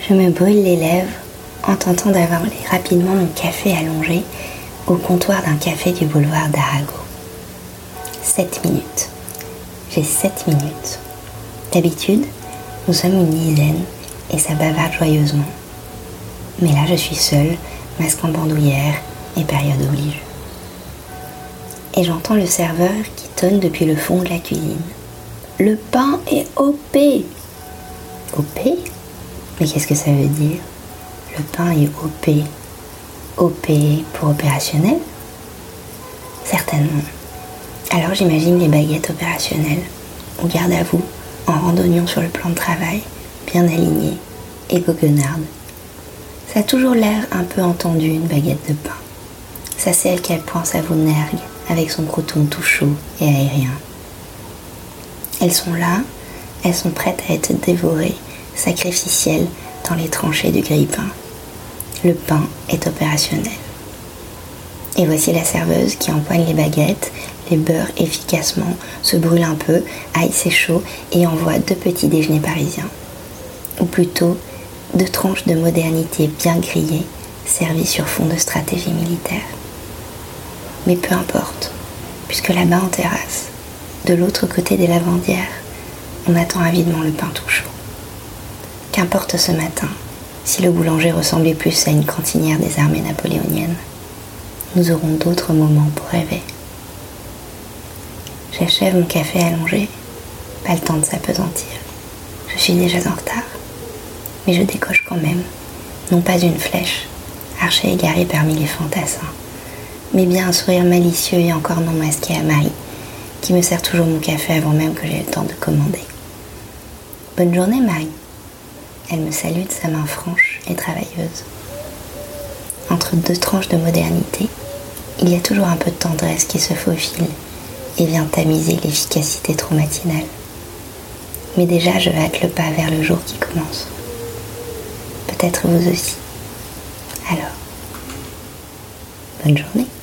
Je me brûle les lèvres en tentant d'avaler rapidement mon café allongé au comptoir d'un café du boulevard d'Arago. 7 minutes. J'ai 7 minutes. D'habitude, nous sommes une dizaine et ça bavarde joyeusement. Mais là, je suis seule, masque en bandoulière et période oblige. Et j'entends le serveur qui tonne depuis le fond de la cuisine. Le pain est OP. OP ? Mais qu'est-ce que ça veut dire ? Le pain est OP. OP pour opérationnel ? Certainement. Alors j'imagine les baguettes opérationnelles, ou garde à vous, en randonnion sur le plan de travail, bien alignées et goguenardes. Ça a toujours l'air un peu entendu, une baguette de pain. Ça sait à quel point ça vous nergue avec son crouton tout chaud et aérien. Elles sont là, elles sont prêtes à être dévorées, sacrificielles dans les tranchées du grille-pain. Le pain est opérationnel. Et voici la serveuse qui empoigne les baguettes, les beurre efficacement, se brûle un peu, aïe c'est chaud et envoie 2 petits déjeuners parisiens. Ou plutôt 2 tranches de modernité bien grillées, servies sur fond de stratégie militaire. Mais peu importe, puisque là-bas en terrasse, de l'autre côté des lavandières, on attend avidement le pain tout chaud. Qu'importe ce matin, si le boulanger ressemblait plus à une cantinière des armées napoléoniennes, nous aurons d'autres moments pour rêver. J'achève mon café allongé, pas le temps de s'appesantir. Je suis déjà en retard, mais je décoche quand même, non pas une flèche, archer égaré parmi les fantassins, mais bien un sourire malicieux et encore non masqué à Marie, qui me sert toujours mon café avant même que j'aie le temps de commander. Bonne journée, Marie. Elle me salue de sa main franche et travailleuse. Entre 2 tranches de modernité, il y a toujours un peu de tendresse qui se faufile et vient tamiser l'efficacité trop matinale. Mais déjà, je hâte le pas vers le jour qui commence. Peut-être vous aussi. Alors, bonne journée.